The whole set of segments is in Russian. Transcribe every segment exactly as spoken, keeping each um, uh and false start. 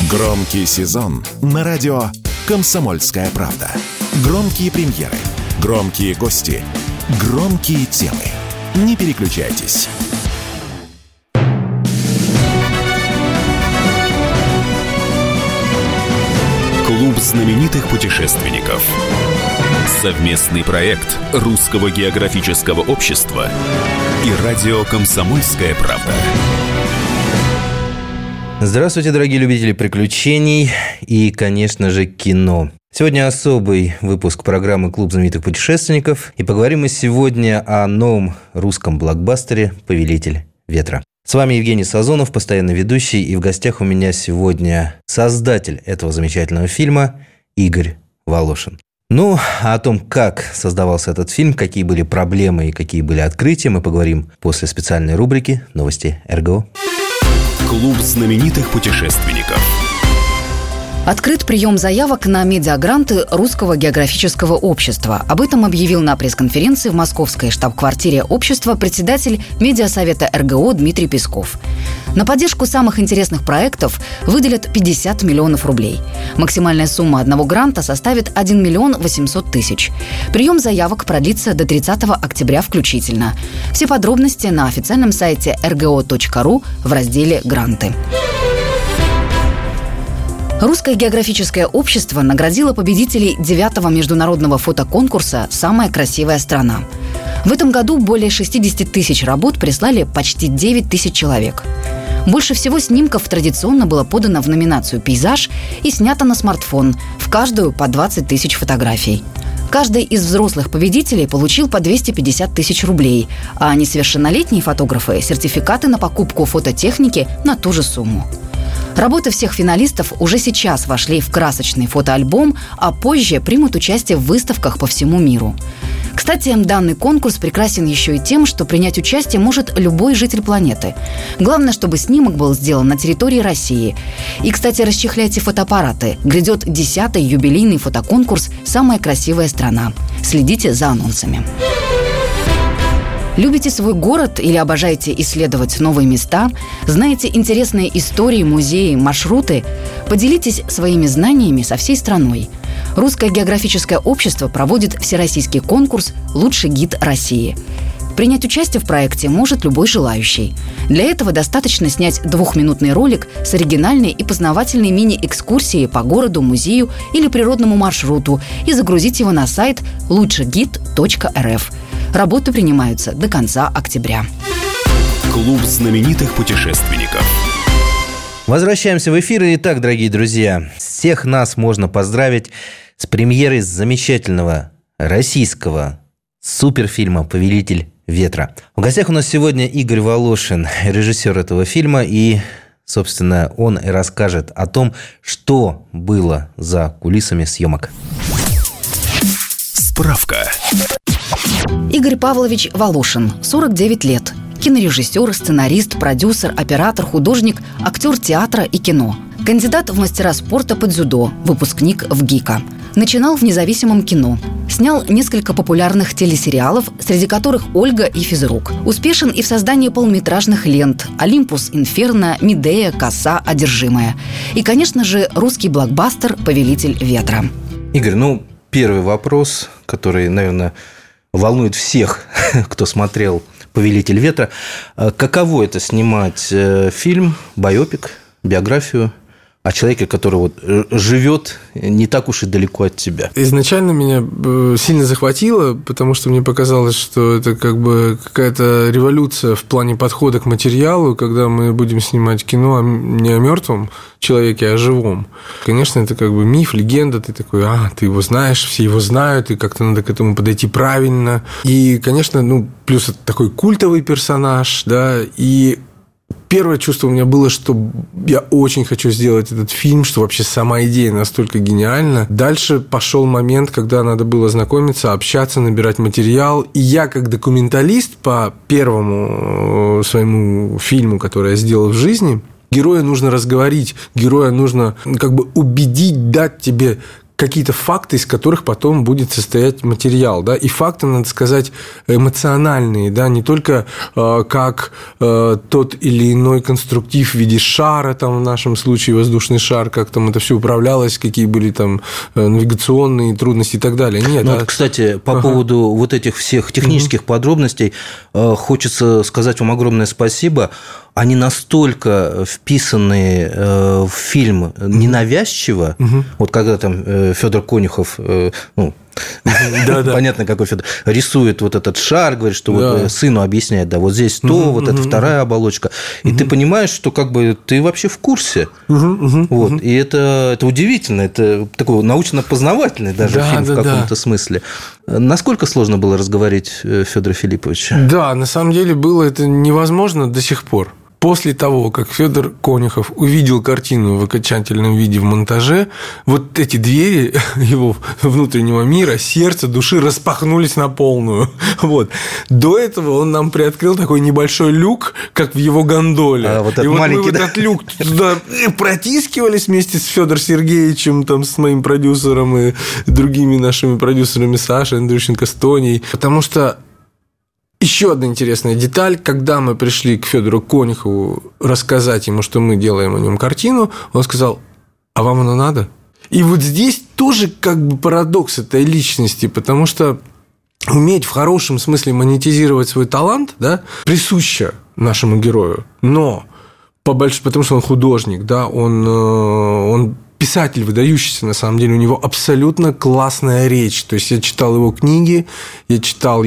Громкий сезон на радио «Комсомольская правда». Громкие премьеры, громкие гости, громкие темы. Не переключайтесь. Клуб знаменитых путешественников. Совместный проект Русского географического общества и радио «Комсомольская правда». Здравствуйте, дорогие любители приключений и, конечно же, кино. Сегодня особый выпуск программы «Клуб знаменитых путешественников». И поговорим мы сегодня о новом русском блокбастере «Повелитель ветра». С вами Евгений Сазонов, постоянный ведущий. И в гостях у меня сегодня создатель этого замечательного фильма Игорь Волошин. Ну, а о том, как создавался этот фильм, какие были проблемы и какие были открытия, мы поговорим после специальной рубрики «Новости эр гэ о». Клуб знаменитых путешественников. Открыт прием заявок на медиагранты Русского географического общества. Об этом объявил на пресс-конференции в московской штаб-квартире общества председатель медиасовета эр гэ о Дмитрий Песков. На поддержку самых интересных проектов выделят пятьдесят миллионов рублей. Максимальная сумма одного гранта составит один миллион восемьсот тысяч. Прием заявок продлится до тридцатого октября включительно. Все подробности на официальном сайте эр гэ о точка ру в разделе «Гранты». Русское географическое общество наградило победителей девятого международного фотоконкурса «Самая красивая страна». В этом году более шестьдесят тысяч работ прислали почти девять тысяч человек. Больше всего снимков традиционно было подано в номинацию «Пейзаж» и снято на смартфон, в каждую по двадцать тысяч фотографий. Каждый из взрослых победителей получил по двести пятьдесят тысяч рублей, а несовершеннолетние фотографы – сертификаты на покупку фототехники на ту же сумму. Работы всех финалистов уже сейчас вошли в красочный фотоальбом, а позже примут участие в выставках по всему миру. Кстати, данный конкурс прекрасен еще и тем, что принять участие может любой житель планеты. Главное, чтобы снимок был сделан на территории России. И, кстати, расчехляйте фотоаппараты. Грядет десятый юбилейный фотоконкурс «Самая красивая страна». Следите за анонсами. Любите свой город или обожаете исследовать новые места? Знаете интересные истории, музеи, маршруты? Поделитесь своими знаниями со всей страной. Русское географическое общество проводит всероссийский конкурс «Лучший гид России». Принять участие в проекте может любой желающий. Для этого достаточно снять двухминутный ролик с оригинальной и познавательной мини-экскурсией по городу, музею или природному маршруту и загрузить его на сайт лучший гид точка эр эф. Работы принимаются до конца октября. Клуб знаменитых путешественников. Возвращаемся в эфир. Итак, дорогие друзья, всех нас можно поздравить с премьерой замечательного российского суперфильма «Повелитель ветра». В гостях у нас сегодня Игорь Волошин, режиссер этого фильма, и, собственно, он и расскажет о том, что было за кулисами съемок. Справка. Игорь Павлович Волошин, сорок девять лет. Кинорежиссер, сценарист, продюсер, оператор, художник, актер театра и кино. Кандидат в мастера спорта по дзюдо, выпускник ВГИКа. Начинал в независимом кино. Снял несколько популярных телесериалов, среди которых «Ольга» и «Физрук». Успешен и в создании полнометражных лент «Олимпус», «Инферно», «Медея», «Коса», «Одержимая». И, конечно же, русский блокбастер «Повелитель ветра». Игорь, ну, первый вопрос, который, наверное, волнует всех, кто смотрел «Повелитель ветра». Каково это снимать фильм, байопик, биографию о человеке, который вот живет не так уж и далеко от тебя? Изначально меня сильно захватило, потому что мне показалось, что это как бы какая-то революция в плане подхода к материалу, когда мы будем снимать кино не о мертвом человеке, а о живом. Конечно, это как бы миф, легенда, ты такой, а, ты его знаешь, все его знают, и как-то надо к этому подойти правильно. И, конечно, ну, плюс это такой культовый персонаж, да, и первое чувство у меня было, что я очень хочу сделать этот фильм, что вообще сама идея настолько гениальна. Дальше пошел момент, когда надо было знакомиться, общаться, набирать материал. И я, как документалист по первому своему фильму, который я сделал в жизни, героя нужно разговорить, героя нужно как бы убедить, дать тебе какие-то факты, из которых потом будет состоять материал, да, и факты, надо сказать, эмоциональные, да, не только э, как э, тот или иной конструктив в виде шара, там, в нашем случае воздушный шар, как там это все управлялось, какие были там навигационные трудности и так далее. Нет, ну, а... вот, кстати, по ага. поводу вот этих всех технических угу. подробностей э, хочется сказать вам огромное спасибо. Они настолько вписаны э, в фильм ненавязчиво, угу. вот когда там э, Федор Конюхов, э, ну, понятно, какой Федор, рисует вот этот шар, говорит, что вот сыну объясняет, да, вот здесь то, вот это вторая оболочка, и ты понимаешь, что как бы ты вообще в курсе, вот, и это, это удивительно, это такой научно-познавательный даже фильм в каком-то смысле. Насколько сложно было разговорить Федора Филипповича? Да, на самом деле было это невозможно до сих пор. После того, как Федор Конюхов увидел картину в окончательном виде в монтаже, вот эти двери его внутреннего мира, сердца, души распахнулись на полную. Вот. До этого он нам приоткрыл такой небольшой люк, как в его гондоле. А, вот этот и вот маленький, мы да? в этот люк туда протискивались вместе с Федором Сергеевичем, там, с моим продюсером и другими нашими продюсерами, Сашей Андрющенко, с Тоней. Потому что еще одна интересная деталь. Когда мы пришли к Федору Конюхову рассказать ему, что мы делаем о нем картину, он сказал: а вам оно надо? И вот здесь тоже как бы парадокс этой личности, потому что уметь в хорошем смысле монетизировать свой талант, да, присуще нашему герою, но по больш... потому что он художник, да, он, он писатель выдающийся, на самом деле, у него абсолютно классная речь. То есть я читал его книги, я читал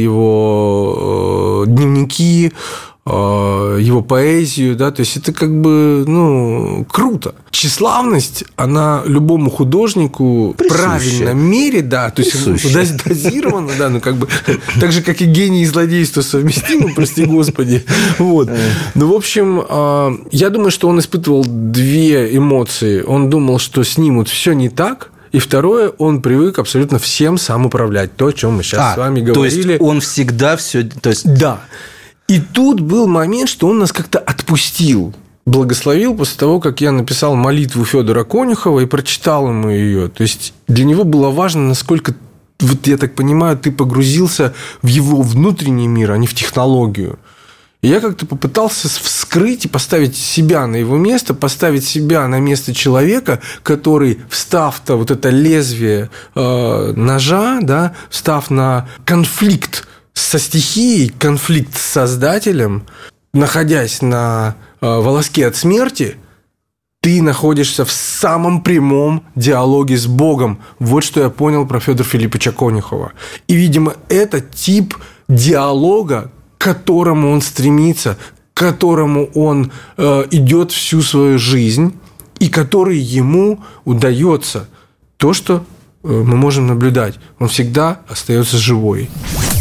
его дневники, его поэзию, да, то есть это как бы, ну, круто. Тщеславность, она любому художнику в правильном мере, да, то есть дозирована, да, ну, как бы, так же, как и гений и злодейство совместимы, прости господи, вот. Ну, в общем, я думаю, что он испытывал две эмоции. Он думал, что снимут все не так, и второе, он привык абсолютно всем сам управлять, то, о чем мы сейчас а, с вами говорили. То есть он всегда все, то есть... Да. И тут был момент, что он нас как-то отпустил, благословил после того, как я написал молитву Федора Конюхова и прочитал ему ее. То есть для него было важно, насколько, вот я так понимаю, ты погрузился в его внутренний мир, а не в технологию. И я как-то попытался вскрыть и поставить себя на его место, поставить себя на место человека, который, встав-то вот это лезвие э, ножа, да, встав на конфликт со стихией, конфликт с создателем, находясь на э, волоске от смерти, ты находишься в самом прямом диалоге с Богом. Вот что я понял про Федора Филипповича Конюхова. И, видимо, это тип диалога, к которому он стремится, к которому он э, идет всю свою жизнь, и который ему удается. То, что э, мы можем наблюдать. Он всегда остается живой.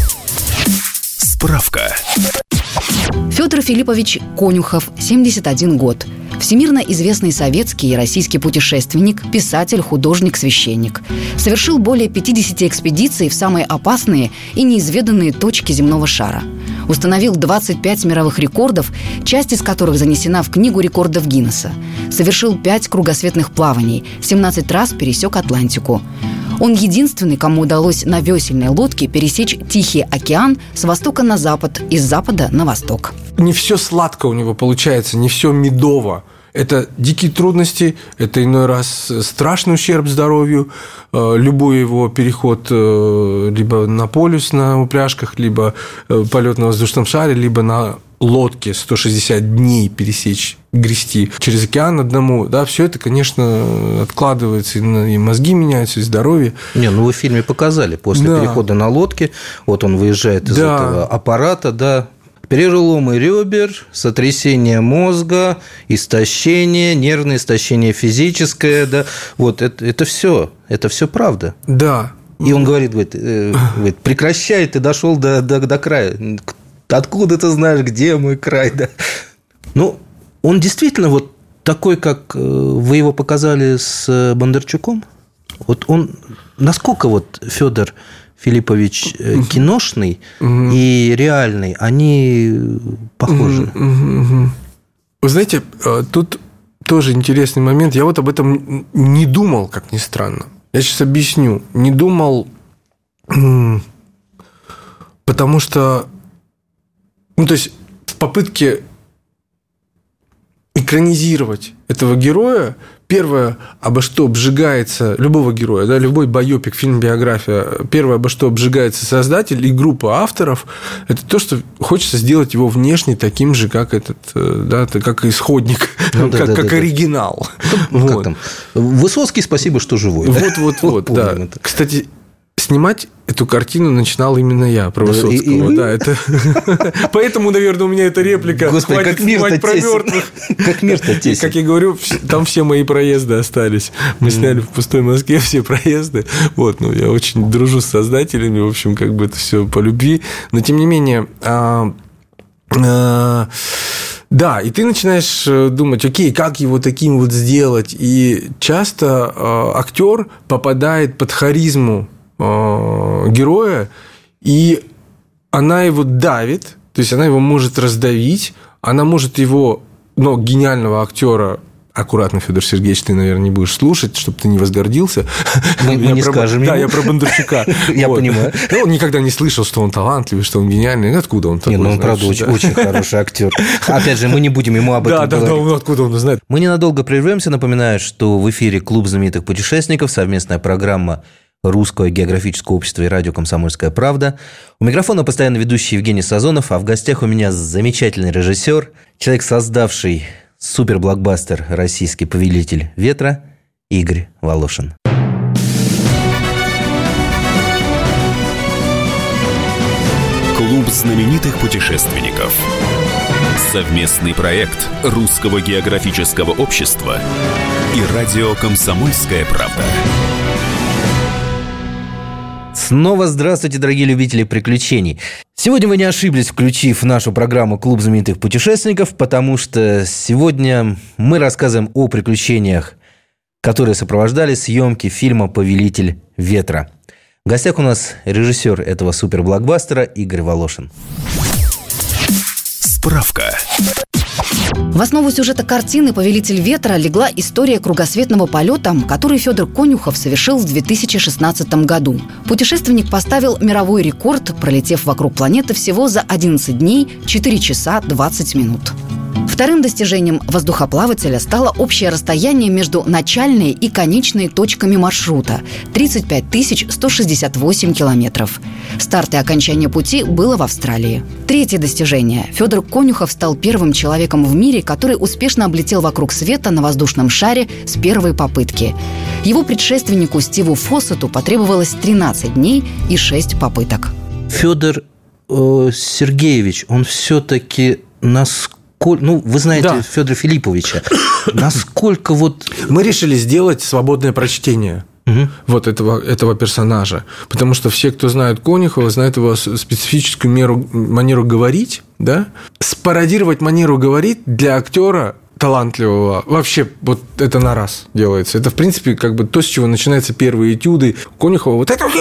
Справка. Федор Филиппович Конюхов, семьдесят один год. Всемирно известный советский и российский путешественник, писатель, художник, священник. Совершил более пятьдесят экспедиций в самые опасные и неизведанные точки земного шара. Установил двадцать пять мировых рекордов, часть из которых занесена в Книгу рекордов Гиннесса. Совершил пять кругосветных плаваний, семнадцать раз пересек Атлантику. Он единственный, кому удалось на весельной лодке пересечь Тихий океан с востока на запад и с запада на восток. Не все сладко у него получается, не все медово. Это дикие трудности, это иной раз страшный ущерб здоровью. Любой его переход либо на полюс на упряжках, либо полет на воздушном шаре, либо на лодке сто шестьдесят дней пересечь, грести через океан одному, да, все это, конечно, откладывается, и мозги меняются, и здоровье. Не, ну вы в фильме показали, после да. перехода на лодке, вот он выезжает из да. этого аппарата, да, переломы ребер, сотрясение мозга, истощение, нервное истощение физическое, да, вот это, это все, это все правда. Да. И он говорит, говорит, э, говорит прекращай, ты дошел до, до, до края. Откуда ты знаешь, где мой край, да? Ну, он действительно вот такой, как вы его показали с Бондарчуком. Вот он, насколько вот Федор Филиппович киношный угу. и реальный, они похожи. Угу, угу. Вы знаете, тут тоже интересный момент. Я вот об этом не думал, как ни странно. Я сейчас объясню. Не думал, потому что, ну, то есть, в попытке экранизировать этого героя, первое, обо что обжигается любого героя, да, любой байопик, фильм, биография, первое, обо что обжигается создатель и группа авторов, это то, что хочется сделать его внешне таким же, как этот, да, как исходник, ну, как, да, как да, оригинал. Ну, вот. Как там? Высоцкий, спасибо, что живой. Вот, вот, вот, да. Это. Кстати, снимать эту картину начинал именно я, про Высоцкого. И, и да, это... Поэтому, наверное, у меня эта реплика. Господи, как мир-то про мертвых. Как мир-то тесен. Как я говорю, там все мои проезды остались. Мы сняли в пустой Москве все проезды. Вот, ну, я очень дружу с создателями. В общем, как бы это все по любви. Но, тем не менее... А, а, да, и ты начинаешь думать, окей, как его таким вот сделать? И часто а, актер попадает под харизму героя, и она его давит, то есть она его может раздавить, она может его, но гениального актера, аккуратно, Федор Сергеевич, ты, наверное, не будешь слушать, чтобы ты не возгордился. Мы не скажем ему. Да, я про Бондарчука. Я понимаю. Он никогда не слышал, что он талантливый, что он гениальный. Откуда он такой? Нет, ну он, правда, очень хороший актер. Опять же, мы не будем ему об этом говорить. Да, да, откуда он знает? Мы ненадолго прервемся. Напоминаю, что в эфире «Клуб знаменитых путешественников», совместная программа Русского географического общества и радио «Комсомольская правда». У микрофона постоянно ведущий Евгений Сазонов, а в гостях у меня замечательный режиссер, человек, создавший суперблокбастер «Российский повелитель ветра» Игорь Волошин. Клуб знаменитых путешественников. Совместный проект Русского географического общества и радио «Комсомольская правда». Снова здравствуйте, дорогие любители приключений. Сегодня вы не ошиблись, включив нашу программу «Клуб знаменитых путешественников», потому что сегодня мы рассказываем о приключениях, которые сопровождали съемки фильма «Повелитель ветра». В гостях у нас режиссер этого суперблокбастера Игорь Волошин. Справка. В основу сюжета картины «Повелитель ветра» легла история кругосветного полета, который Федор Конюхов совершил в две тысячи шестнадцатом году. Путешественник поставил мировой рекорд, пролетев вокруг планеты всего за одиннадцать дней, четыре часа двадцать минут. Вторым достижением воздухоплавателя стало общее расстояние между начальной и конечной точками маршрута – тридцать пять тысяч сто шестьдесят восемь километров. Старт и окончание пути было в Австралии. Третье достижение – Федор Конюхов стал первым человеком в мире, который успешно облетел вокруг света на воздушном шаре с первой попытки. Его предшественнику Стиву Фоссету потребовалось тринадцать дней и шесть попыток. Федор э, Сергеевич, он все-таки насколько... Ну, вы знаете, да. Федора Филипповича. Насколько вот... Мы решили сделать свободное прочтение угу. вот этого, этого персонажа. Потому что все, кто знает Конюхова, знают его специфическую меру, манеру говорить. Да? Спародировать манеру говорить для актера талантливого вообще вот это на раз делается. Это, в принципе, как бы то, с чего начинаются первые этюды Конюхова. Вот это...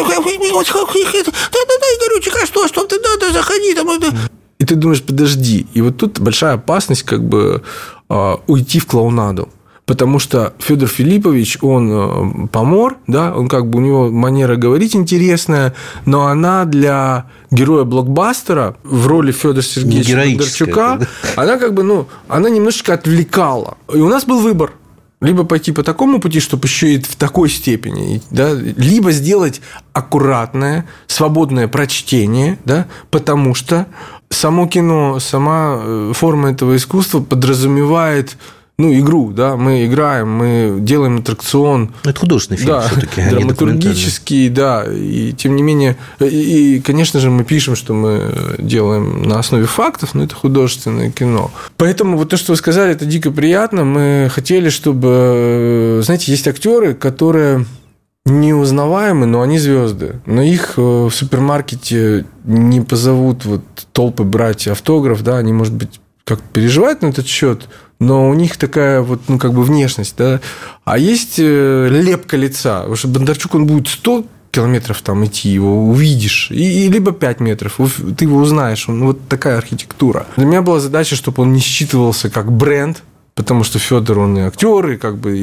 Игорючек, а что? Что ты? Да, заходи там... И ты думаешь, подожди. И вот тут большая опасность как бы уйти в клоунаду. Потому что Федор Филиппович, он помор, да, он как бы у него манера говорить интересная, но она для героя блокбастера в роли Федора Сергеевича Бондарчука, она как бы, ну, она немножечко отвлекала. И у нас был выбор. Либо пойти по такому пути, чтобы еще и в такой степени, да, либо сделать аккуратное, свободное прочтение, да, потому что само кино, сама форма этого искусства подразумевает, ну, игру, да, мы играем, мы делаем аттракцион. Это художественный фильм, да, все-таки, драматургический, да, и тем не менее, и, и, конечно же, мы пишем, что мы делаем на основе фактов, но это художественное кино. Поэтому вот то, что вы сказали, это дико приятно. Мы хотели, чтобы, знаете, есть актеры, которые неузнаваемы, но они звезды. Но их в супермаркете не позовут вот толпы брать автограф, да, они, может быть, как-то переживают на этот счет, но у них такая вот, ну, как бы внешность, да. А есть лепка лица. Потому что Бондарчук, он будет сто километров там идти, его увидишь, и, и либо пять метров, ты его узнаешь. Он, вот такая архитектура. Для меня была задача, чтобы он не считывался как бренд, потому что Федор, он и актер, и как бы,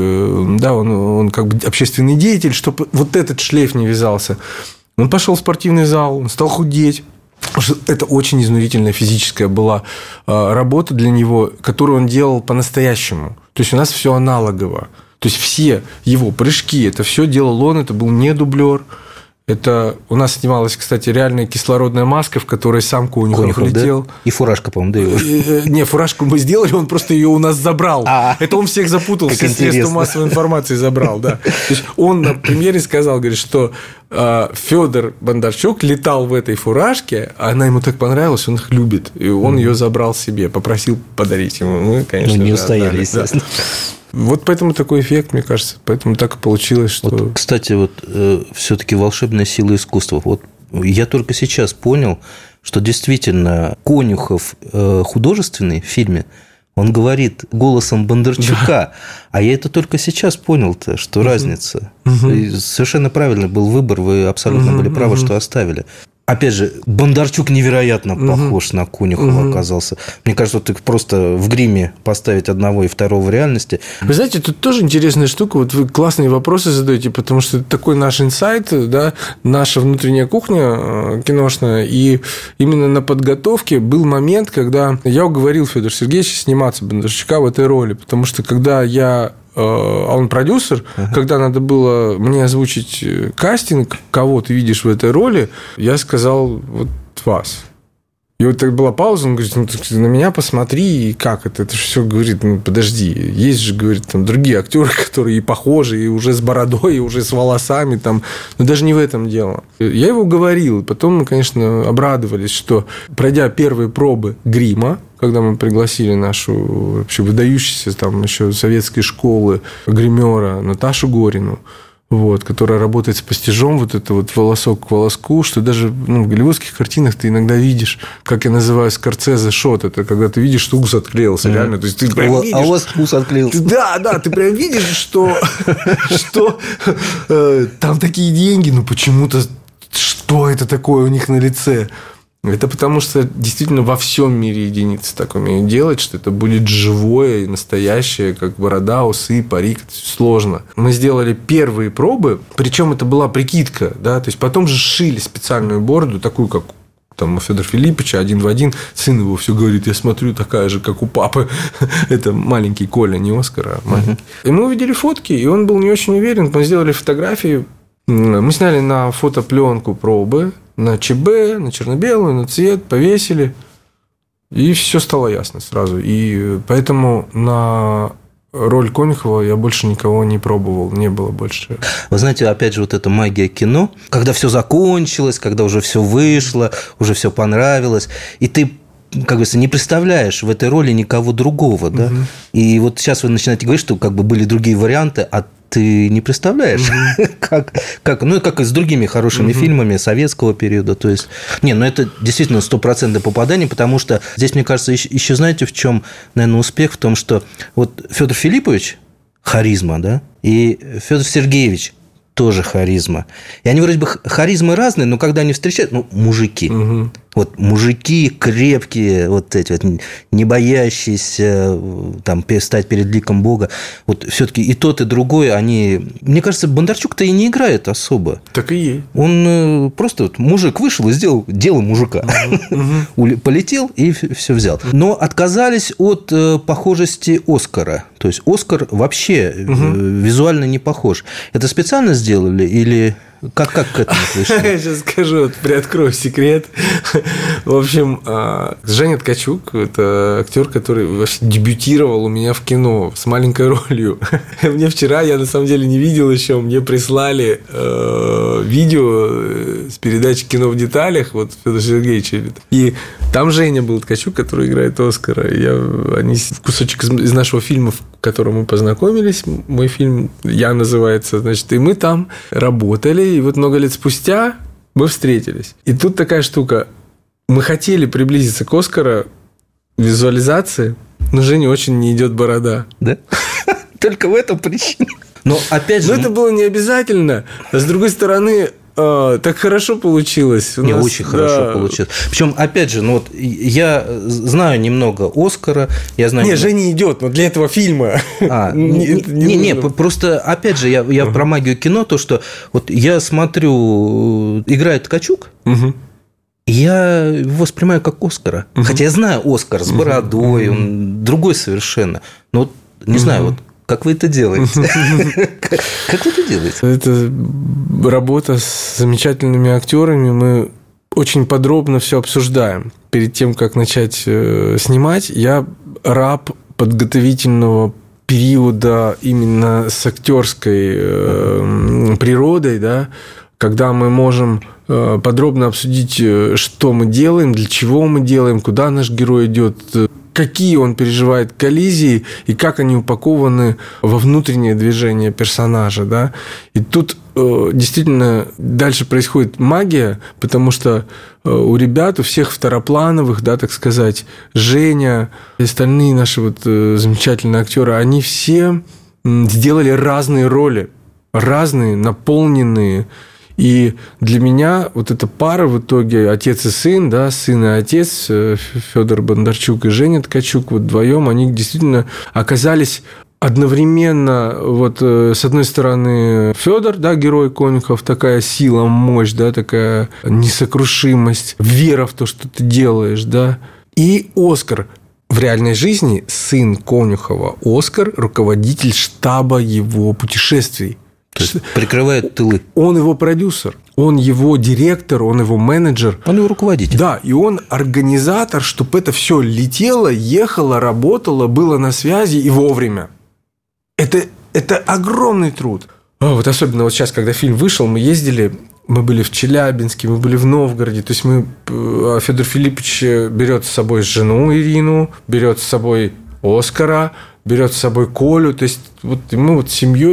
и, да, он, он как бы общественный деятель, чтобы вот этот шлейф не вязался. Он пошел в спортивный зал, он стал худеть. Это очень изнурительная физическая была работа для него, которую он делал по-настоящему. То есть у нас все аналогово. То есть все его прыжки, это все делал он, это был не дублер. Это у нас снималась, кстати, реальная кислородная маска, в которой сам Конюхов, Конюхов летел. Да? И фуражка, по-моему, да? Его? Не, фуражку мы сделали, он просто ее у нас забрал. А, это он всех запутал, все средства массовой информации забрал, да. То есть он на премьере сказал, говорит, что э, Федор Бондарчук летал в этой фуражке, а она ему так понравилась, он их любит, и он mm. ее забрал себе, попросил подарить ему. Мы, конечно, ну, не же, устояли, отдали, естественно. Да. Вот поэтому такой эффект, мне кажется. Поэтому так и получилось, что... Вот, кстати, вот э, все-таки волшебная сила искусства. Вот я только сейчас понял, что действительно Конюхов э, художественный в фильме, он говорит голосом Бондарчука. Да. А я это только сейчас понял-то, что угу. разница. Угу. И совершенно правильный был выбор. Вы абсолютно угу. были правы, угу. что оставили. Опять же, Бондарчук невероятно угу. похож на Конюхова угу. оказался. Мне кажется, вот просто в гриме поставить одного и второго в реальности. Вы знаете, тут тоже интересная штука. Вот вы классные вопросы задаете, потому что это такой наш инсайт, да, наша внутренняя кухня киношная. И именно на подготовке был момент, когда я уговорил Федора Сергеевича сниматься Бондарчука в этой роли. Потому что когда я... А он продюсер, uh-huh. когда надо было мне озвучить кастинг, кого ты видишь в этой роли, я сказал, вот вас. И вот так была пауза, он говорит, ну, ты на меня посмотри, и как это? Это же все говорит, ну, подожди, есть же, говорит, там другие актеры, которые и похожи, и уже с бородой, и уже с волосами, там, но даже не в этом дело. Я его говорил, потом мы, конечно, обрадовались, что, пройдя первые пробы грима, когда мы пригласили нашу вообще выдающуюся там еще советской школы гримера Наташу Горину, вот, которая работает с постижом, вот это вот волосок к волоску, что даже ну, в голливудских картинах ты иногда видишь, как я называю Скорсезе шот, это когда ты видишь, что ус отклеился, mm-hmm. реально, то есть ты прям видишь, а у вас ус отклеился. Да, да, ты прям видишь, что, что э, там такие деньги, но почему-то что это такое у них на лице? Это потому, что действительно во всем мире единицы так умеют делать, что это будет живое и настоящее, как борода, усы, парик. Это сложно. Мы сделали первые пробы, причем это была прикидка, да, то есть потом же сшили специальную бороду, такую, как там у Федора Филипповича, один в один. Сын его все говорит, я смотрю, такая же, как у папы. Это маленький Коля, не Оскар, а маленький. И мы увидели фотки, и он был не очень уверен. Мы сделали фотографии. Мы сняли на фотопленку пробы, на ЧБ, на черно-белую, на цвет, повесили. И все стало ясно сразу. И поэтому на роль Конюхова я больше никого не пробовал, не было больше. Вы знаете, опять же, вот эта магия кино, когда все закончилось, когда уже все вышло, уже все понравилось, и ты, как говорится, не представляешь в этой роли никого другого, да? Угу. И вот сейчас вы начинаете говорить, что как бы были другие варианты, а ты не представляешь, mm-hmm. как, как, ну, как и с другими хорошими mm-hmm. фильмами советского периода. То есть, не, ну, это действительно стопроцентное попадание, потому что здесь, мне кажется, еще, еще знаете, в чем, наверное, успех? В том, что вот Федор Филиппович – харизма, да, и Федор Сергеевич – тоже харизма. И они вроде бы харизмы разные, но когда они встречаются, ну, мужики. Угу. Вот мужики крепкие, вот эти вот, не боящиеся там, стать перед ликом Бога. Вот все-таки и тот, и другой, они... Мне кажется, Бондарчук-то и не играет особо. Так и есть. Он просто вот, мужик вышел и сделал дело мужика. Угу. Полетел и все взял. Но отказались от похожести Оскара. То есть Оскар вообще угу. визуально не похож. Это специально сделали или... Как, как к этому пришли? Я сейчас скажу, вот, приоткрою секрет. В общем, Женя Ткачук – это актер, который вообще дебютировал у меня в кино с маленькой ролью. Мне вчера, я на самом деле не видел еще, мне прислали э, видео с передачи «Кино в деталях», вот Федор Сергеевич. И там Женя был Ткачук, который играет Оскара. Я, они кусочек из, из нашего фильма, в котором мы познакомились, мой фильм «Я» называется, значит, и мы там работали. И вот много лет спустя мы встретились. И тут такая штука. Мы хотели приблизиться к Оскару в визуализации, но Жене очень не идет борода. Да? Только в этом причина. Но опять же... Но это было не обязательно. А с другой стороны, А, так хорошо получилось. Не, нас, очень да. хорошо получилось. Причем, опять же, ну вот я знаю немного Оскара, я знаю. Не, немного... Женя идет, но для этого фильма. А, не, не, не, просто опять же, я, я uh-huh. про магию кино, то что вот я смотрю, играет Ткачук. Uh-huh. Я его воспринимаю как Оскара. Uh-huh. Хотя я знаю Оскар с бородой, uh-huh. он другой совершенно. Но вот не uh-huh. знаю, вот. Как вы это делаете? Как вы это делаете? Это работа с замечательными актерами. Мы очень подробно все обсуждаем. Перед тем, как начать снимать, я раб подготовительного периода именно с актерской природой, да, когда мы можем подробно обсудить, что мы делаем, для чего мы делаем, куда наш герой идет, какие он переживает коллизии и как они упакованы во внутреннее движение персонажа. Да? И тут э, действительно дальше происходит магия, потому что э, у ребят, у всех второплановых, да, так сказать, Женя и остальные наши вот, э, замечательные актеры, они все сделали разные роли, разные, наполненные. И для меня вот эта пара в итоге отец и сын, да, сын и отец, Федор Бондарчук и Женя Ткачук, вот вдвоем, они действительно оказались одновременно, вот с одной стороны Федор, да, герой Конюхов, такая сила, мощь, да, такая несокрушимость, вера в то, что ты делаешь, да, и Оскар. В реальной жизни сын Конюхова, Оскар, руководитель штаба его путешествий. То есть прикрывает тылы. Он его продюсер, он его директор, он его менеджер. Он его руководитель. Да, и он организатор, чтобы это все летело, ехало, работало, было на связи и вовремя. Это, это огромный труд. А вот особенно вот сейчас, когда фильм вышел, мы ездили, мы были в Челябинске, мы были в Новгороде. То есть мы, Федор Филиппович берет с собой жену Ирину, берет с собой Оскара, берет с собой Колю, то есть вот мы вот с семьей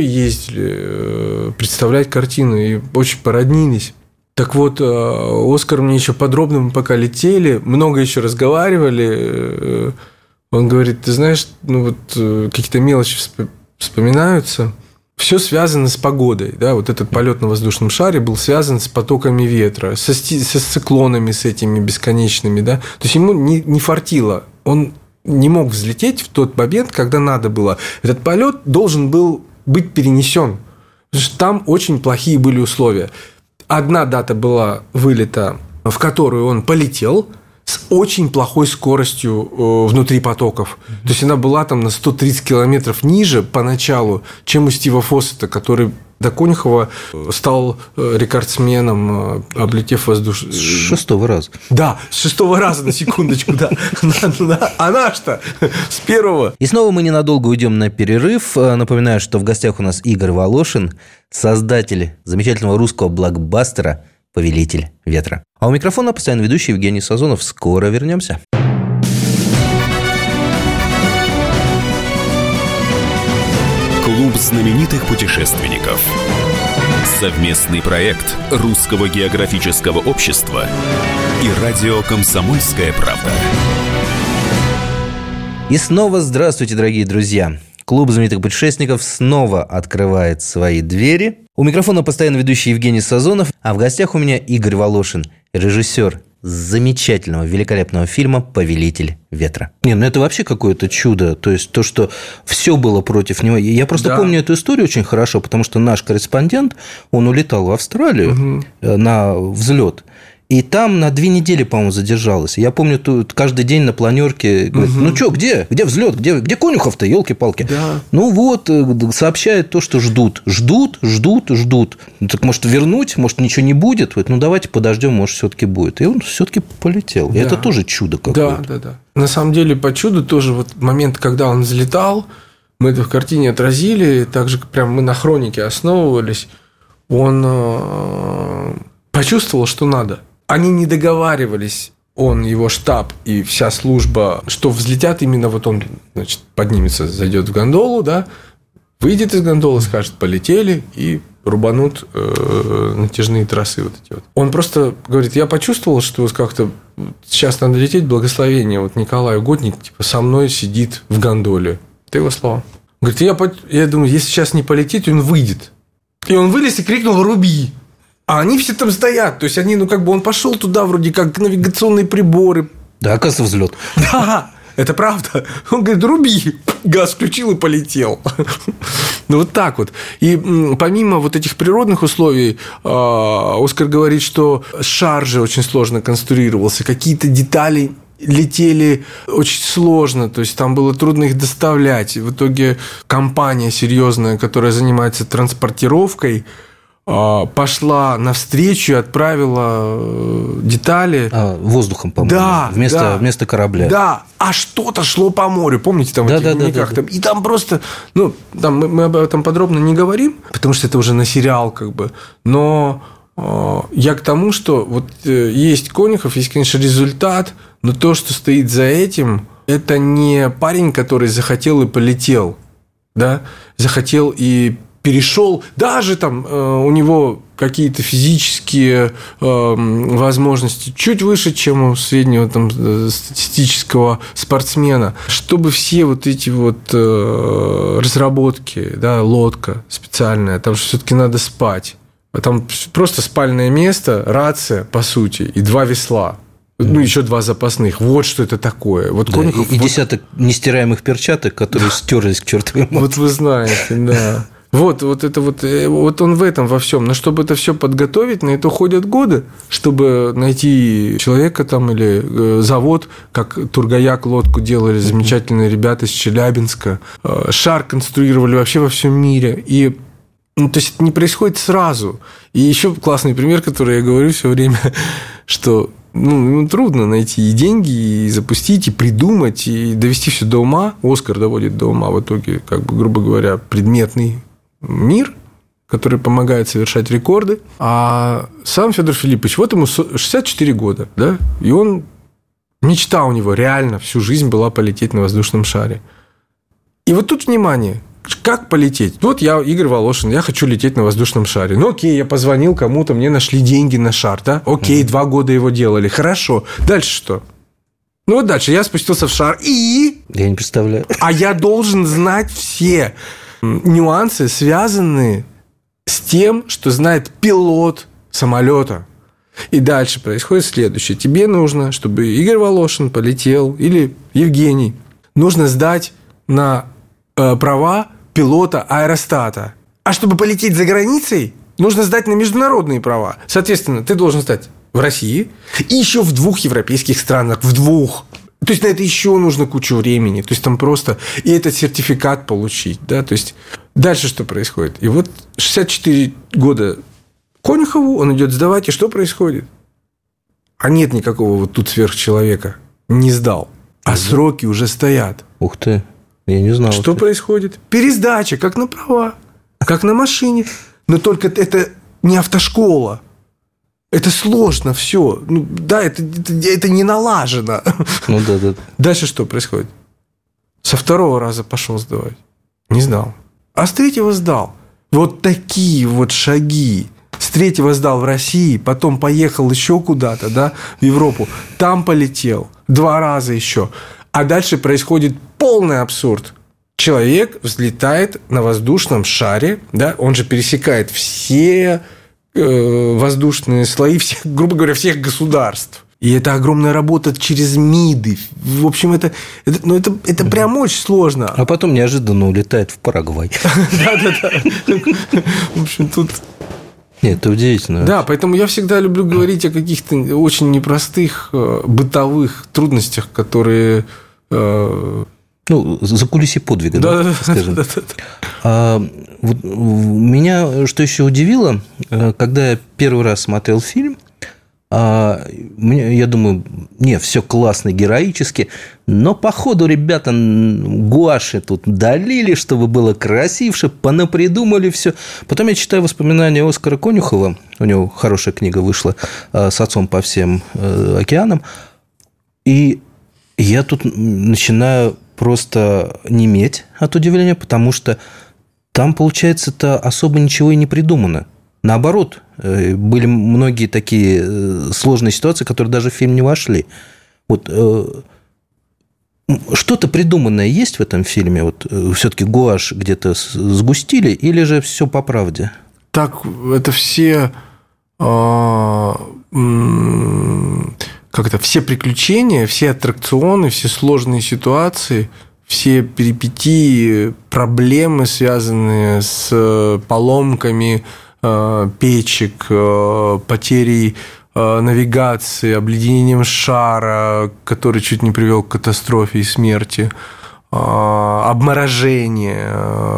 ездили представлять картину и очень породнились. Так вот, Оскар мне еще подробно, мы пока летели, много еще разговаривали. Он говорит, ты знаешь, ну вот какие-то мелочи вспоминаются. Все связано с погодой, да, вот этот полет на воздушном шаре был связан с потоками ветра, со, со циклонами, с этими бесконечными, да. То есть ему не, не фартило, он не мог взлететь в тот момент, когда надо было. Этот полет должен был быть перенесен, потому что там очень плохие были условия. Одна дата была вылета, в которую он полетел с очень плохой скоростью внутри потоков. Mm-hmm. То есть она была там на сто тридцать километров ниже поначалу, чем у Стива Фоссета, который до Конюхова стал рекордсменом, облетев воздуш... С шестого раза. Да, с шестого раза, на секундочку, да. А наш-то с первого. И снова мы ненадолго уйдем на перерыв. Напоминаю, что в гостях у нас Игорь Волошин, создатель замечательного русского блокбастера «Повелитель ветра». А у микрофона постоянно ведущий Евгений Сазонов. Скоро вернемся. Клуб знаменитых путешественников. Совместный проект Русского географического общества и радио «Комсомольская правда». И снова здравствуйте, дорогие друзья. Клуб знаменитых путешественников снова открывает свои двери. У микрофона постоянно ведущий Евгений Сазонов, а в гостях у меня Игорь Волошин, режиссер замечательного, великолепного фильма «Повелитель ветра». Не, ну это вообще какое-то чудо. То есть то, что все было против него. Я просто да. помню эту историю очень хорошо, потому что наш корреспондент, он улетал в Австралию угу. на взлет. И там на две недели, по-моему, задержалась. Я помню, тут каждый день на планерке говорит, угу. ну что, где? Где взлет? Где, где Конюхов-то, елки-палки? Да. Ну вот, сообщает то, что ждут. Ждут, ждут, ждут. Ну, так может вернуть, может ничего не будет. Говорит, ну давайте подождем, может все-таки будет. И он все-таки полетел. Да. И это тоже чудо какое-то. Да, да, да. На самом деле, по чуду тоже вот момент, когда он взлетал, мы это в картине отразили, также прям мы на хронике основывались. Он почувствовал, что надо. Они не договаривались, он, его штаб и вся служба, что взлетят именно вот он, значит, поднимется, зайдет в гондолу, да, выйдет из гондолы, скажет, полетели и рубанут э, натяжные трассы вот эти вот. Он просто говорит, я почувствовал, что вот как-то сейчас надо лететь, благословение. Вот Николай Угодник типа со мной сидит в гондоле. Это его слова. Говорит, я, я думаю, если сейчас не полететь, он выйдет. И он вылез и крикнул «Руби!». А они все там стоят. То есть, они, ну, как бы он пошел туда, вроде как навигационные приборы. Да, оказывается, взлет. Да, это правда. Он говорит, руби. Газ включил и полетел. Ну, вот так вот. И помимо вот этих природных условий, Оскар говорит, что шар же очень сложно конструировался. Какие-то детали летели очень сложно, то есть там было трудно их доставлять. В итоге компания серьезная, которая занимается транспортировкой, пошла навстречу и отправила детали. А, воздухом, по-моему. Да, вместо, да, вместо корабля. Да, а что-то шло по морю. Помните, там да, в этих да, дневниках? да, да, да. И там просто... Ну, там мы, мы об этом подробно не говорим, потому что это уже на сериал как бы. Но э, я к тому, что вот э, есть Конюхов, есть, конечно, результат, но то, что стоит за этим, это не парень, который захотел и полетел, да, захотел и перешел, даже там э, у него какие-то физические э, возможности чуть выше, чем у среднего там, статистического спортсмена, чтобы все вот эти вот э, разработки, да, лодка специальная, там же все-таки надо спать, а там просто спальное место, рация, по сути, и два весла. Ну, еще два запасных. Вот что это такое. Вот да, Конюхов, и, и вот... десяток нестираемых перчаток, которые стерлись к чертовой матери. Вот вы знаете, да. Вот, вот это вот, вот он в этом во всем. Но чтобы это все подготовить, на это уходят годы, чтобы найти человека там или завод, как Тургаяк лодку делали замечательные ребята из Челябинска. Шар конструировали вообще во всем мире. И ну, то есть это не происходит сразу. И еще классный пример, который я говорю все время, что ну, трудно найти и деньги, и запустить, и придумать, и довести все до ума. Оскар доводит до ума в итоге, как бы, грубо говоря, предметный мир, который помогает совершать рекорды. А сам Федор Филиппович, вот ему шестьдесят четыре года, да, и он, мечта у него реально всю жизнь была полететь на воздушном шаре. И вот тут внимание, как полететь? Вот я, Игорь Волошин, я хочу лететь на воздушном шаре. Ну, окей, я позвонил кому-то, мне нашли деньги на шар, да? Окей, mm-hmm. два года его делали, хорошо. Дальше что? Ну, вот дальше я спустился в шар и... Я не представляю. А я должен знать все нюансы, связанные с тем, что знает пилот самолета. И дальше происходит следующее. Тебе нужно, чтобы Игорь Волошин полетел, или Евгений, нужно сдать на э, права пилота аэростата. А чтобы полететь за границей, нужно сдать на международные права. Соответственно, ты должен сдать в России и еще в двух европейских странах. В двух. То есть, на это еще нужно кучу времени. То есть, там просто... И этот сертификат получить. Да? То есть, дальше что происходит? И вот шестьдесят четыре года Конюхову, он идет сдавать, и что происходит? А нет никакого вот тут сверхчеловека. Не сдал. А сроки уже стоят. Ух ты, я не знал. Что происходит? Пересдача, как на права, как на машине. Но только это не автошкола. Это сложно все. Ну, да, это, это, это не налажено. Ну, да, да. Дальше что происходит? Со второго раза пошел сдавать. Не сдал. А с третьего сдал. Вот такие вот шаги. С третьего сдал в России, потом поехал еще куда-то, да, в Европу. Там полетел. Два раза еще. А дальше происходит полный абсурд. Человек взлетает на воздушном шаре, да, он же пересекает все... воздушные слои всех, грубо говоря, всех государств. И это огромная работа через МИДы. В общем, это, это, ну, это, это прям очень сложно. А потом неожиданно улетает в Парагвай. Да-да-да. В общем, тут... Нет, это удивительно. Да, поэтому я всегда люблю говорить о каких-то очень непростых бытовых трудностях, которые... Ну, закулисье подвига, да, да, скажем. Да, да, да. А, вот, меня что еще удивило, когда я первый раз смотрел фильм, а, мне, я думаю, не, все классно, героически, но, походу, ребята гуаши тут долили, чтобы было красивше, понапридумали все. Потом я читаю воспоминания Оскара Конюхова, у него хорошая книга вышла «С отцом по всем океанам», и я тут начинаю... просто неметь от удивления, потому что там, получается-то, особо ничего и не придумано. Наоборот, были многие такие сложные ситуации, которые даже в фильм не вошли. Вот что-то придуманное есть в этом фильме? Вот все-таки гуашь где-то сгустили, или же все по правде? Так, это все как-то все приключения, все аттракционы, все сложные ситуации, все перипетии, проблемы, связанные с поломками печек, потерей навигации, обледенением шара, который чуть не привел к катастрофе и смерти, обморожение.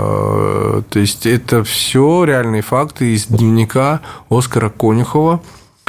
То есть это все реальные факты из дневника Оскара Конюхова.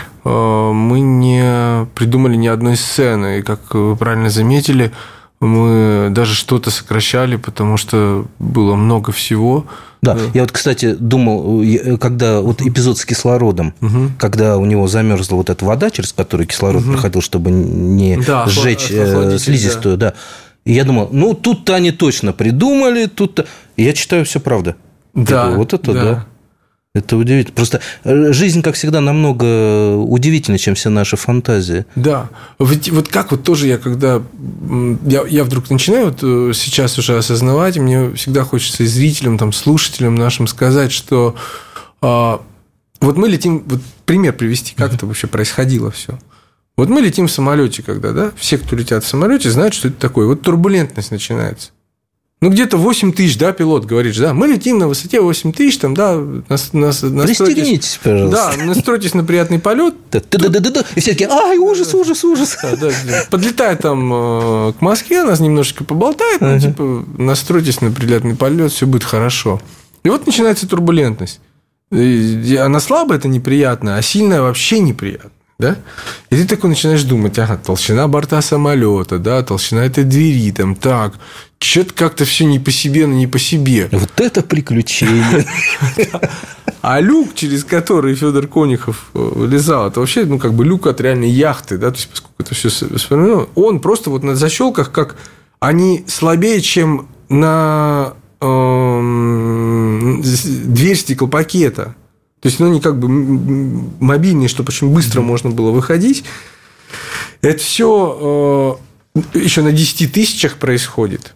Мы не придумали ни одной сцены. И, как вы правильно заметили, мы даже что-то сокращали, потому что было много всего. Да, да. Я вот, кстати, думал, когда вот эпизод с кислородом, угу. когда у него замерзла вот эта вода, через которую кислород угу. проходил, чтобы не да, сжечь слизистую, да. да. И я думал, ну, тут-то они точно придумали, тут-то... И я читаю, все правда. Да, думаю, вот это да. да. Это удивительно. Просто жизнь, как всегда, намного удивительнее, чем все наши фантазии. Да. Ведь вот как вот тоже я, когда... Я, я вдруг начинаю вот сейчас уже осознавать, и мне всегда хочется и зрителям, там, слушателям нашим сказать, что а, вот мы летим... Вот пример привести, как это вообще происходило все. Вот мы летим в самолете, когда, да, все, кто летят в самолете, знают, что это такое. Вот турбулентность начинается. Ну, где-то восемь тысяч, да, пилот, говоришь, да, мы летим на высоте восемь тысяч, там, да, нас, нас, пристегнитесь, пожалуйста. Да, настройтесь на приятный полет. Да-да-да-да, и все такие, ай, ужас, ужас, ужас. Подлетает там к Москве, нас немножечко поболтает, ну, типа, настройтесь на приятный полет, все будет хорошо. И вот начинается турбулентность. Она слабая, это неприятно, а сильная вообще неприятно. Да? И ты такой начинаешь думать, ага, толщина борта самолета, да, толщина этой двери, там, так, что-то как-то все не по себе, но не по себе. Вот это приключение. А люк, через который Федор Конюхов вылезал, это вообще, ну, как бы люк от реальной яхты, да, то есть, поскольку это все сформировано, он просто вот на защелках, как они слабее, чем на дверь стеклопакета. То есть, ну, они как бы мобильные, чтобы очень быстро можно было выходить. Это все э, еще на десяти тысячах происходит.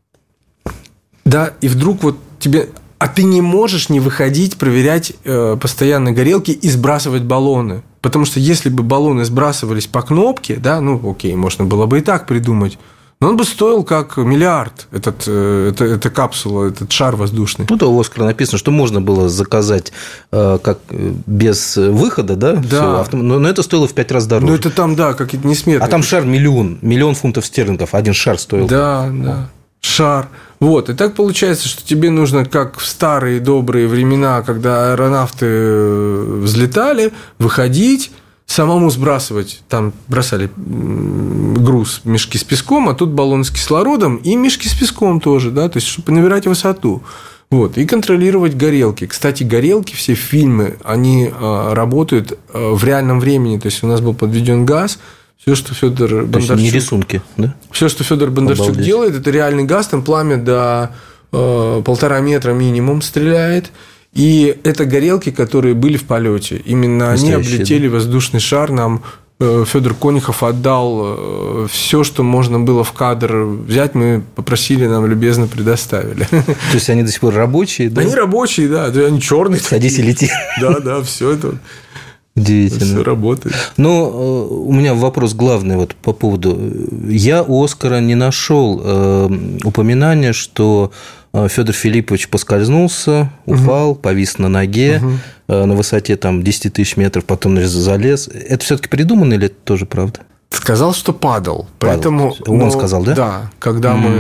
Да, и вдруг вот тебе... А ты не можешь не выходить, проверять э, постоянно горелки и сбрасывать баллоны. Потому что если бы баллоны сбрасывались по кнопке, да, ну, окей, можно было бы и так придумать. Но он бы стоил как миллиард, этот, это, эта капсула, этот шар воздушный. Ну, да, у Оскара написано, что можно было заказать э, как без выхода, да? Да. Всё, автом... но, но это стоило в пять раз дороже. Ну, это там, да, какие-то несметные. А там шар миллион, миллион фунтов стерлингов, один шар стоил. Да, да, шар. Вот, и так получается, что тебе нужно, как в старые добрые времена, когда аэронавты взлетали, выходить, самому сбрасывать, там бросали груз, мешки с песком, а тут баллон с кислородом и мешки с песком тоже, да, то есть, чтобы набирать высоту. Вот, и контролировать горелки. Кстати, горелки, все фильмы, они работают в реальном времени, то есть, у нас был подведен газ, все, что Федор Бондарчук... не рисунки, да? Все, что Федор Бондарчук Обалдеть. делает, это реальный газ, там пламя до э, полтора метра минимум стреляет. И это горелки, которые были в полете. Именно они облетели да? воздушный шар. Нам Федор Конюхов отдал все, что можно было в кадр взять. Мы попросили, нам любезно предоставили. То есть они до сих пор рабочие, да? Они рабочие, да. Они черные. Садись и лети. Да, да, все это. Удивительно. Все работает. Но у меня вопрос главный вот по поводу. Я у Оскара не нашел упоминания, что Федор Филиппович поскользнулся, упал, угу. повис на ноге угу. на высоте там, десять тысяч метров, потом залез. Это все-таки придумано или это тоже правда? Сказал, что падал. падал. Поэтому, он но, сказал, да? Да. Когда mm.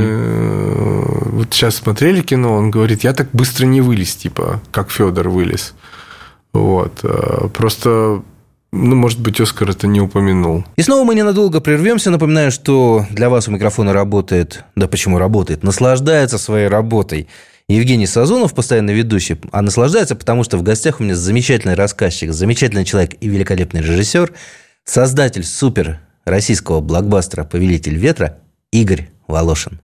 мы вот сейчас смотрели кино, он говорит, я так быстро не вылез, типа, как Федор вылез. Вот. Просто... Ну, может быть, Оскар это не упомянул. И снова мы ненадолго прервемся. Напоминаю, что для вас у микрофона работает... Да почему работает? Наслаждается своей работой Евгений Сазонов, постоянно ведущий. А наслаждается, потому что в гостях у меня замечательный рассказчик, замечательный человек и великолепный режиссер, создатель супер российского блокбастера «Повелитель ветра» Игорь Волошин.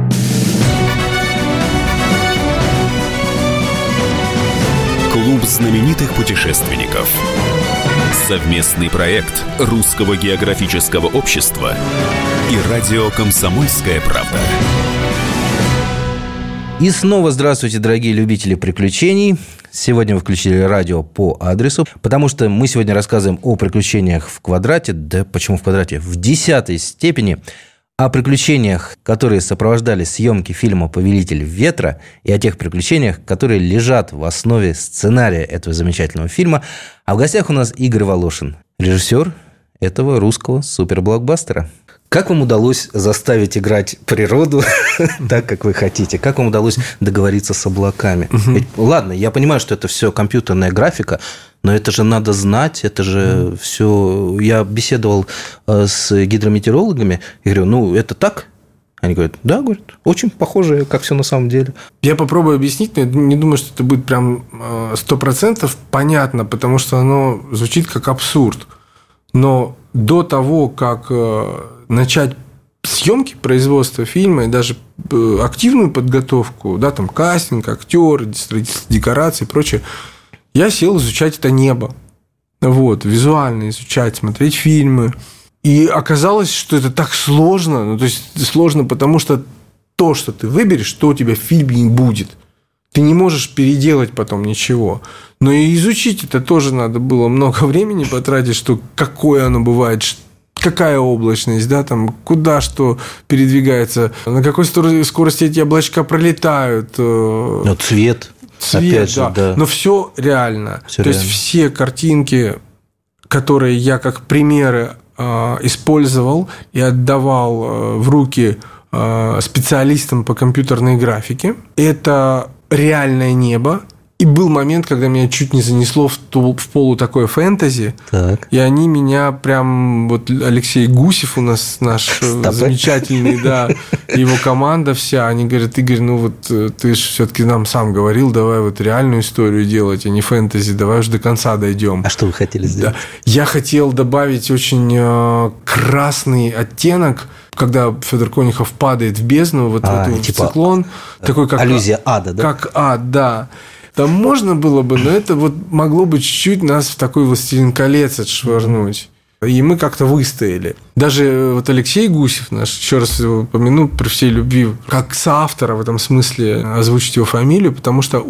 Клуб знаменитых путешественников. Совместный проект Русского географического общества и радио «Комсомольская правда». И снова здравствуйте, дорогие любители приключений. Сегодня вы включили радио по адресу, потому что мы сегодня рассказываем о приключениях в квадрате. Да почему в квадрате? В десятой степени. О приключениях, которые сопровождали съемки фильма «Повелитель ветра», и о тех приключениях, которые лежат в основе сценария этого замечательного фильма. А в гостях у нас Игорь Волошин, режиссер этого русского суперблокбастера. Как вам удалось заставить играть природу так, как вы хотите? Как вам удалось договориться с облаками? Ведь, ладно, я понимаю, что это все компьютерная графика, но это же надо знать, это же все... Я беседовал с гидрометеорологами и говорю, ну, это так? Они говорят, да, говорят, очень похоже, как все на самом деле. Я попробую объяснить, но я не думаю, что это будет прям сто процентов понятно, потому что оно звучит как абсурд. Но до того, как начать съемки, производства фильма и даже активную подготовку, да, там кастинг, актеры, строительство декораций и прочее, я сел изучать это небо. Вот, визуально изучать, смотреть фильмы. И оказалось, что это так сложно. Ну, то есть сложно, потому что то, что ты выберешь, то у тебя в фильме не будет. Ты не можешь переделать потом ничего. Но и изучить это тоже надо было много времени потратить, что какое оно бывает, какая облачность, да, там, куда что передвигается, на какой скорости эти облачка пролетают. Но цвет. Цвет, опять же, да. да. Но все реально. Все То реально. есть все картинки, которые я как примеры э, использовал и отдавал э, в руки э, специалистам по компьютерной графике, это реальное небо. И был момент, когда меня чуть не занесло в, ту, в полу такое фэнтези. Так. И они меня прям... Вот Алексей Гусев у нас наш Стопы. замечательный, да, его команда вся. Они говорят, Игорь, ну вот ты же все-таки нам сам говорил, давай вот реальную историю делать, а не фэнтези, давай уж до конца дойдем. А что вы хотели сделать? Да. Я хотел добавить очень э, красный оттенок, когда Федор Конюхов падает в бездну, вот а, в эту типа циклон. Такой, как аллюзия ада, да? Как ад, да. Там можно было бы, но это вот могло бы чуть-чуть нас в такой «Властелин колец» отшвырнуть. И мы как-то выстояли. Даже вот Алексей Гусев наш, еще раз его упомяну при всей любви, как соавтора в этом смысле озвучить его фамилию, потому что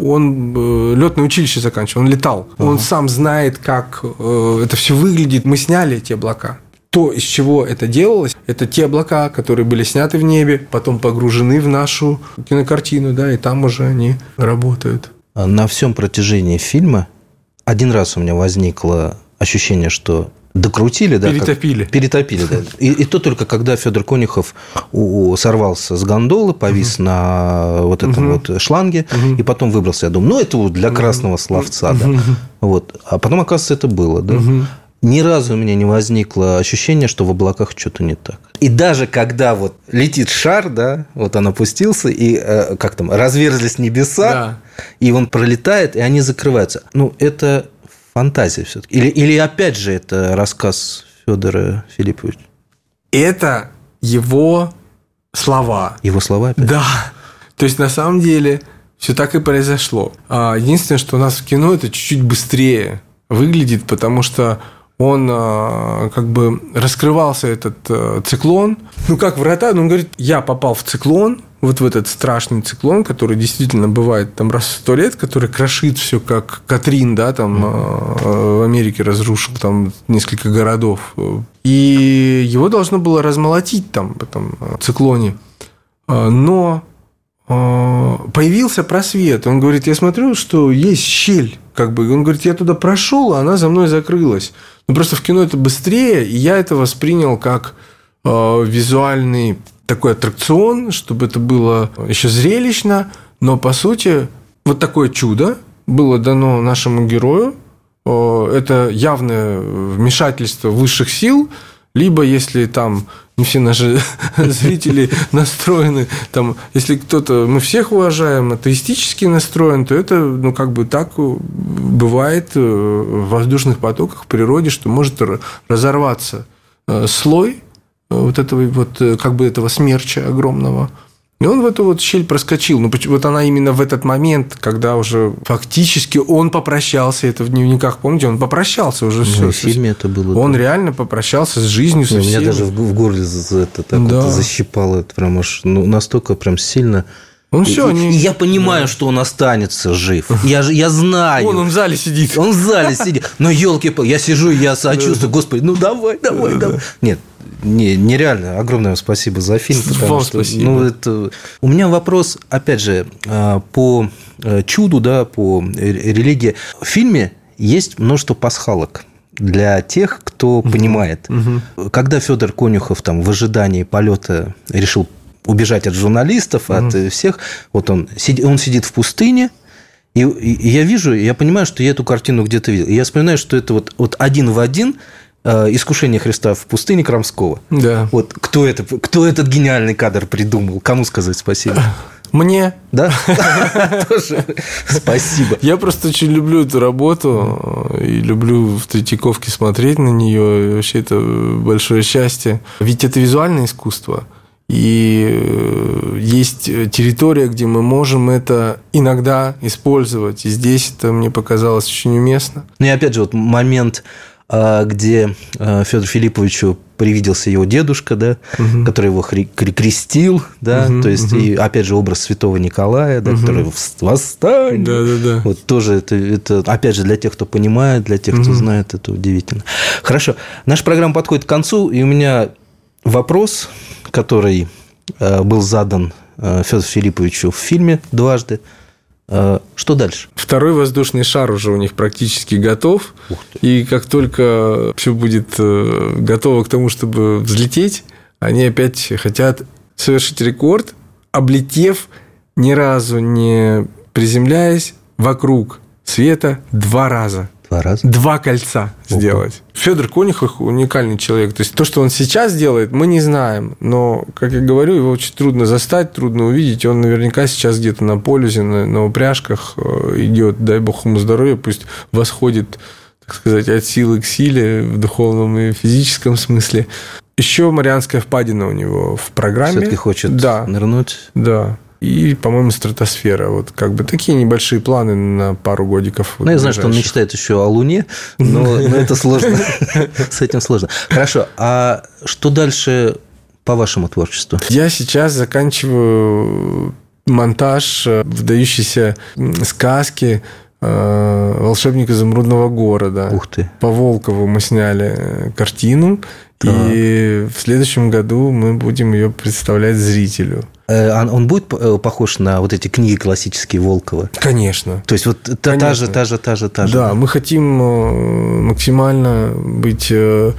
он летное училище заканчивал, он летал. Uh-huh. Он сам знает, как это все выглядит. Мы сняли эти облака. То, из чего это делалось, это те облака, которые были сняты в небе, потом погружены в нашу кинокартину, да, и там уже они работают. На всем протяжении фильма один раз у меня возникло ощущение, что докрутили, да, перетопили, как, перетопили, да. И, и то только когда Федор Конюхов у, у, сорвался с гондолы, повис uh-huh. на вот этом uh-huh. вот шланге, uh-huh. и потом выбрался. Я думаю, ну это вот для красного словца, uh-huh. да. Вот. А потом, оказывается, это было, да. Uh-huh. Ни разу у меня не возникло ощущения, что в облаках что-то не так. И даже когда вот летит шар, да, вот он опустился, и э, как там, разверзлись небеса, да. и он пролетает, и они закрываются. Ну, это фантазия все-таки. Или, или опять же, это рассказ Федора Филипповича? Это его слова. Его слова опять? Да. То есть, на самом деле, все так и произошло. Единственное, что у нас в кино это чуть-чуть быстрее выглядит, потому что он как бы раскрывался, этот циклон. Ну, как врата, ну, он говорит, я попал в циклон, вот в этот страшный циклон, который действительно бывает там раз в сто лет, который крошит все, как Катрин, да, там в Америке разрушил там несколько городов. И его должно было размолотить там в этом циклоне. Но появился просвет. Он говорит, я смотрю, что есть щель. Как бы. Он говорит, я туда прошел, а она за мной закрылась. Но просто в кино это быстрее, и я это воспринял как э, визуальный такой аттракцион, чтобы это было еще зрелищно. Но, по сути, вот такое чудо было дано нашему герою. Э, это явное вмешательство высших сил. Либо, если там не все наши зрители настроены, там, если кто-то, мы всех уважаем, атеистически настроен, то это, ну, как бы так бывает в воздушных потоках в природе, что может разорваться слой вот этого вот, как бы этого смерча огромного. И он в эту вот щель проскочил. Ну, вот она именно в этот момент, когда уже фактически он попрощался, это в дневниках, помните, он попрощался уже. Ну, все. В фильме это было. Он да. реально попрощался с жизнью, со ну, всеми. Меня даже в горле это так да. вот защипало. Это прям аж ну, настолько прям сильно. Он и, все, и, не... и я понимаю, да. что он останется жив. Я, я знаю. Он, он в зале сидит. Он в зале сидит. Но елки-палки, я сижу, я сочувствую. Господи, ну давай, давай, давай. Нет, не, нереально. Огромное вам спасибо за фильм. Вам что, спасибо. Ну, это... У меня вопрос, опять же, по чуду, да, по религии. В фильме есть множество пасхалок для тех, кто угу. понимает. Угу. Когда Федор Конюхов там, в ожидании полета решил убежать от журналистов, mm-hmm. от всех. Вот он, он сидит в пустыне, и, и я вижу, я понимаю, что я эту картину где-то видел. И я вспоминаю, что это вот, вот один в один э, искушение Христа в пустыне Крамского. Да. Вот кто, это, кто этот гениальный кадр придумал? Кому сказать спасибо? Мне. Да? Тоже спасибо. Я просто очень люблю эту работу и люблю в Третьяковке смотреть на нее. И вообще это большое счастье. Ведь это визуальное искусство. И есть территория, где мы можем это иногда использовать. И здесь это мне показалось очень уместно. Ну и опять же, вот момент, где Федору Филипповичу привиделся его дедушка, да, угу. который его крестил, да, угу, то есть, угу. и опять же, образ святого Николая, да, угу. который восстань. Да, да, да. Вот тоже это, это, опять же, для тех, кто понимает, для тех, кто угу. знает, это удивительно. Хорошо. Наша программа подходит к концу, и у меня вопрос, который был задан Федору Филипповичу в фильме дважды. Что дальше? Второй воздушный шар уже у них практически готов. И как только все будет готово к тому, чтобы взлететь, они опять хотят совершить рекорд, облетев, ни разу не приземляясь, вокруг света два раза. Два раза? Два кольца сделать. Федор Конюхов уникальный человек. То есть, то, что он сейчас делает, мы не знаем. Но, как я говорю, его очень трудно застать, трудно увидеть. Он наверняка сейчас где-то на полюсе, на, на упряжках идет. Дай бог ему здоровья. Пусть восходит, так сказать, от силы к силе в духовном и физическом смысле. Еще Марианская впадина у него в программе. Все-таки хочет да. нырнуть. Да. И, по-моему, стратосфера. Вот как бы такие небольшие планы на пару годиков. Ну, я знаю, что он мечтает еще о Луне, но, но это сложно. С этим сложно. Хорошо. А что дальше по вашему творчеству? Я сейчас заканчиваю монтаж выдающейся сказки «Волшебник изумрудного города». Ух ты. По Волкову мы сняли картину. Так. И в следующем году мы будем ее представлять зрителю. Он будет похож на вот эти книги классические Волкова? Конечно. То есть, вот та, та же, та же, та же, та же. Да, мы хотим максимально быть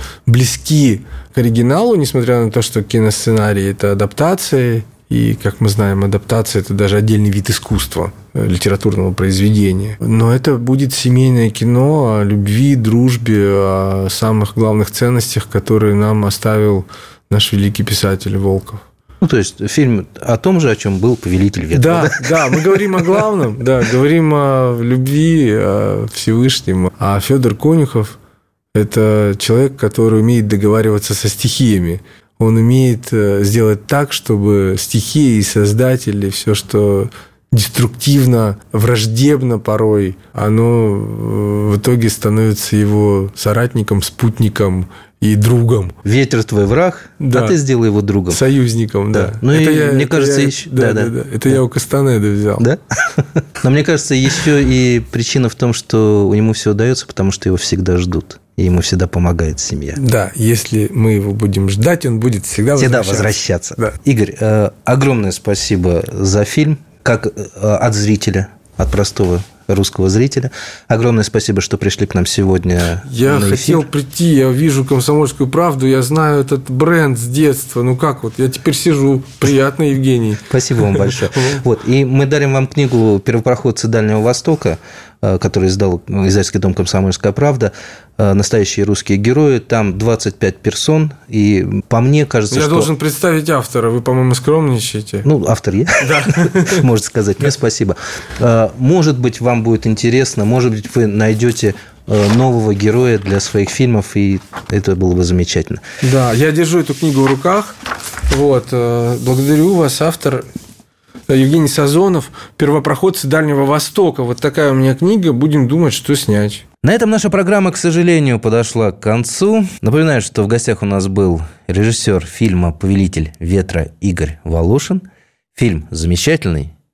близки к оригиналу, несмотря на то, что киносценарий – это адаптация. И, как мы знаем, адаптация – это даже отдельный вид искусства, литературного произведения. Но это будет семейное кино о любви, дружбе, о самых главных ценностях, которые нам оставил наш великий писатель Волков. Ну, то есть, фильм о том же, о чем был «Повелитель ветра». Да, да, да, мы говорим о главном, да, говорим о любви, о Всевышнем. А Федор Конюхов – это человек, который умеет договариваться со стихиями. Он умеет сделать так, чтобы стихии и создатели, все, что деструктивно, враждебно порой, оно в итоге становится его соратником, спутником и другом. Ветер твой враг, да. а ты сделай его другом. Союзником, да. да. Ну, это и я, мне это кажется, я, еще... Да, да, да, да. да. Это да. я у Кастанеды взял. Да? Но мне кажется, еще и причина в том, что ему все удается, потому что его всегда ждут. И ему всегда помогает семья. Да, если мы его будем ждать, он будет всегда возвращаться. Всегда возвращаться. Да. Игорь, огромное спасибо за фильм, как от зрителя, от простого русского зрителя. Огромное спасибо, что пришли к нам сегодня. Я хотел прийти, я вижу «Комсомольскую правду», я знаю этот бренд с детства. Ну как вот, я теперь сижу. Приятно, Евгений. Спасибо вам большое. Вот, и мы дарим вам книгу «Первопроходцы Дальнего Востока», который издал издательский дом «Комсомольская правда», «Настоящие русские герои». Там двадцать пять персон, и по мне кажется, я что... Я должен представить автора, вы, по-моему, скромничаете. Ну, автор я, да. Можно сказать. Мне спасибо. Может быть, вам будет интересно, может быть, вы найдете нового героя для своих фильмов, и это было бы замечательно. Да, я держу эту книгу в руках. Вот. Благодарю вас, автор Евгений Сазонов, «Первопроходцы Дальнего Востока». Вот такая у меня книга. Будем думать, что снять. На этом наша программа, к сожалению, подошла к концу. Напоминаю, что в гостях у нас был режиссер фильма «Повелитель ветра» Игорь Волошин. Фильм замечательный,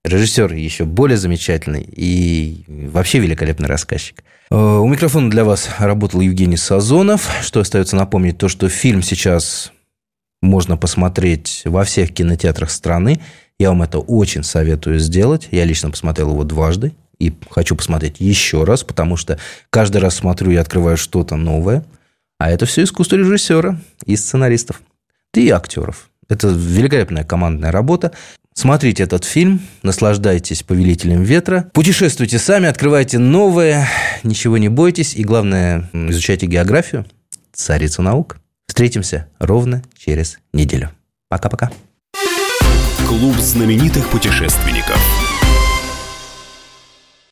режиссер еще более замечательный и вообще великолепный рассказчик. У микрофона для вас работал Евгений Сазонов. Что остается напомнить, то, что фильм сейчас можно посмотреть во всех кинотеатрах страны. Я вам это очень советую сделать. Я лично посмотрел его дважды и хочу посмотреть еще раз, потому что каждый раз смотрю и открываю что-то новое. А это все искусство режиссера и сценаристов, да и актеров. Это великолепная командная работа. Смотрите этот фильм, наслаждайтесь «Повелителем ветра», путешествуйте сами, открывайте новое, ничего не бойтесь и, главное, изучайте географию, царицу наук. Встретимся ровно через неделю. Пока-пока. Клуб знаменитых путешественников.